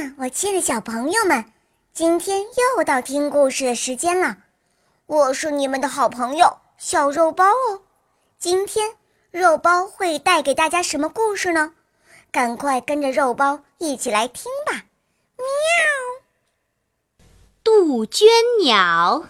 我亲爱的小朋友们，今天又到听故事的时间了。我是你们的好朋友小肉包哦。今天肉包会带给大家什么故事呢？赶快跟着肉包一起来听吧。喵！ 杜鹃鸟。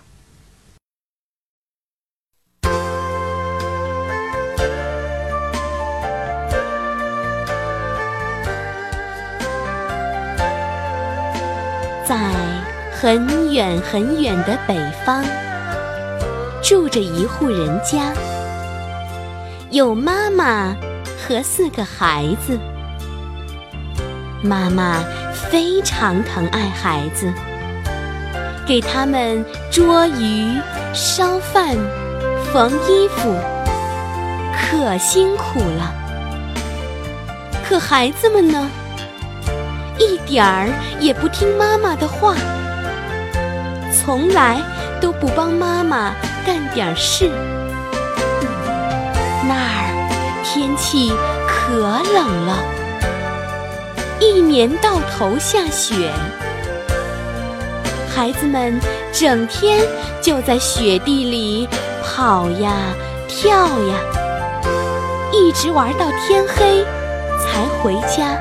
在很远很远的北方，住着一户人家，有妈妈和4个孩子。妈妈非常疼爱孩子，给他们捉鱼、烧饭、缝衣服，可辛苦了。可孩子们呢？一点儿也不听妈妈的话，从来都不帮妈妈干点事。那儿天气可冷了，一年到头下雪，孩子们整天就在雪地里跑呀跳呀，一直玩到天黑才回家。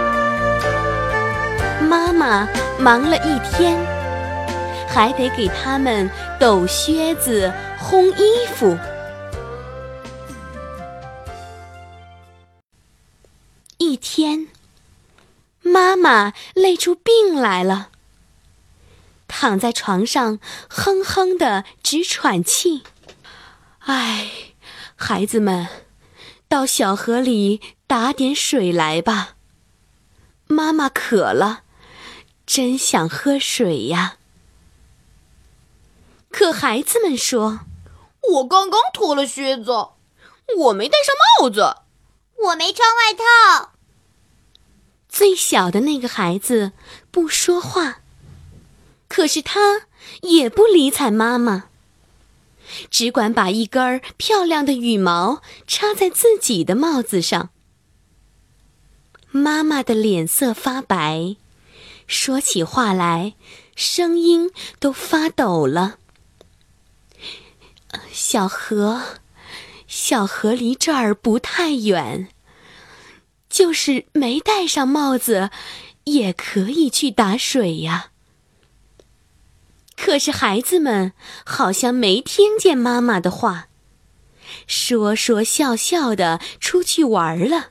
妈妈忙了一天，还得给他们抖靴子、烘衣服。一天，妈妈累出病来了，躺在床上哼哼地直喘气。哎，孩子们，到小河里打点水来吧，妈妈渴了，真想喝水呀。可孩子们说， 我刚刚脱了靴子，我没戴上帽子， 我没穿外套。 最小的那个孩子不说话，可是他也不理睬妈妈，只管把一根漂亮的羽毛插在自己的帽子上。妈妈的脸色发白，说起话来声音都发抖了。小河离这儿不太远，就是没戴上帽子也可以去打水呀。可是孩子们好像没听见妈妈的话，说说笑笑的出去玩了。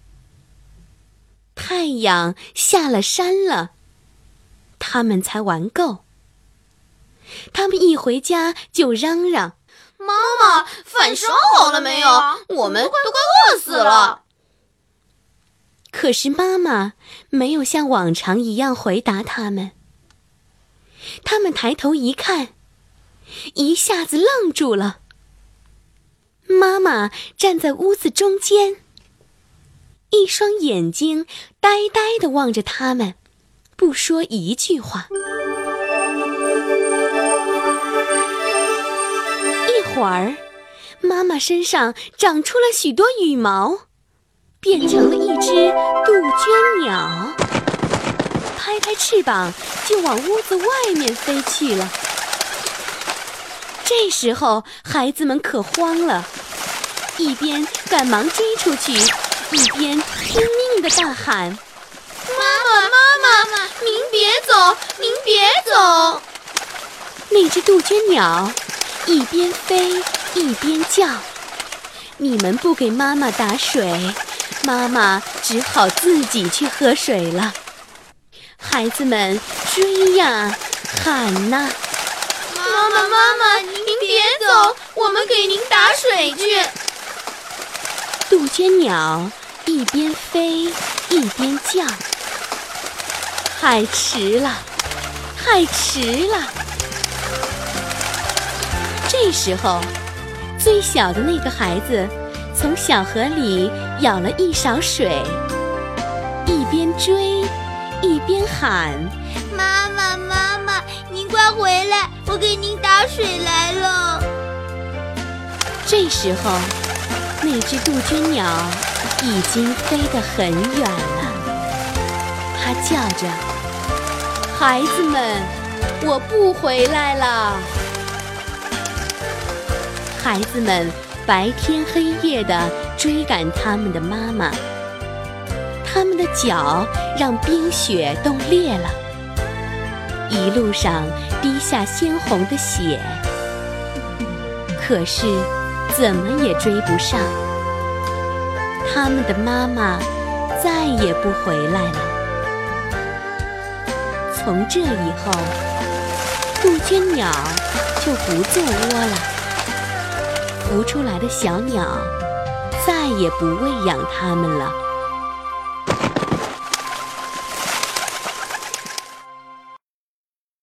太阳下了山了，他们才玩够。他们一回家就嚷嚷， 妈妈，饭烧好了没有？我们都快饿死了。 可是妈妈没有像往常一样回答他们。他们抬头一看，一下子愣住了。妈妈站在屋子中间，一双眼睛呆呆地望着他们，不说一句话。一会儿，妈妈身上长出了许多羽毛，变成了一只杜鹃鸟，拍拍翅膀就往屋子外面飞去了。这时候孩子们可慌了，一边赶忙追出去，一边拼命地大喊， 妈妈，您别走，您别走。 那只杜鹃鸟一边飞一边叫，你们不给妈妈打水，妈妈只好自己去喝水了。孩子们追呀喊呐， 妈妈，您别走，我们给您打水去。 杜鹃鸟一边飞一边叫，太迟了，太迟了。这时候，最小的那个孩子从小河里舀了一勺水，一边追一边喊， 妈妈，您快回来，我给您打水来了。 这时候，那只杜鹃鸟已经飞得很远了，它叫着， 孩子们，我不回来了。孩子们白天黑夜地追赶他们的妈妈，他们的脚让冰雪冻裂了，一路上滴下鲜红的血，可是怎么也追不上。他们的妈妈再也不回来了。从这以后，杜鹃鸟就不做窝了，孵出来的小鸟再也不喂养它们了。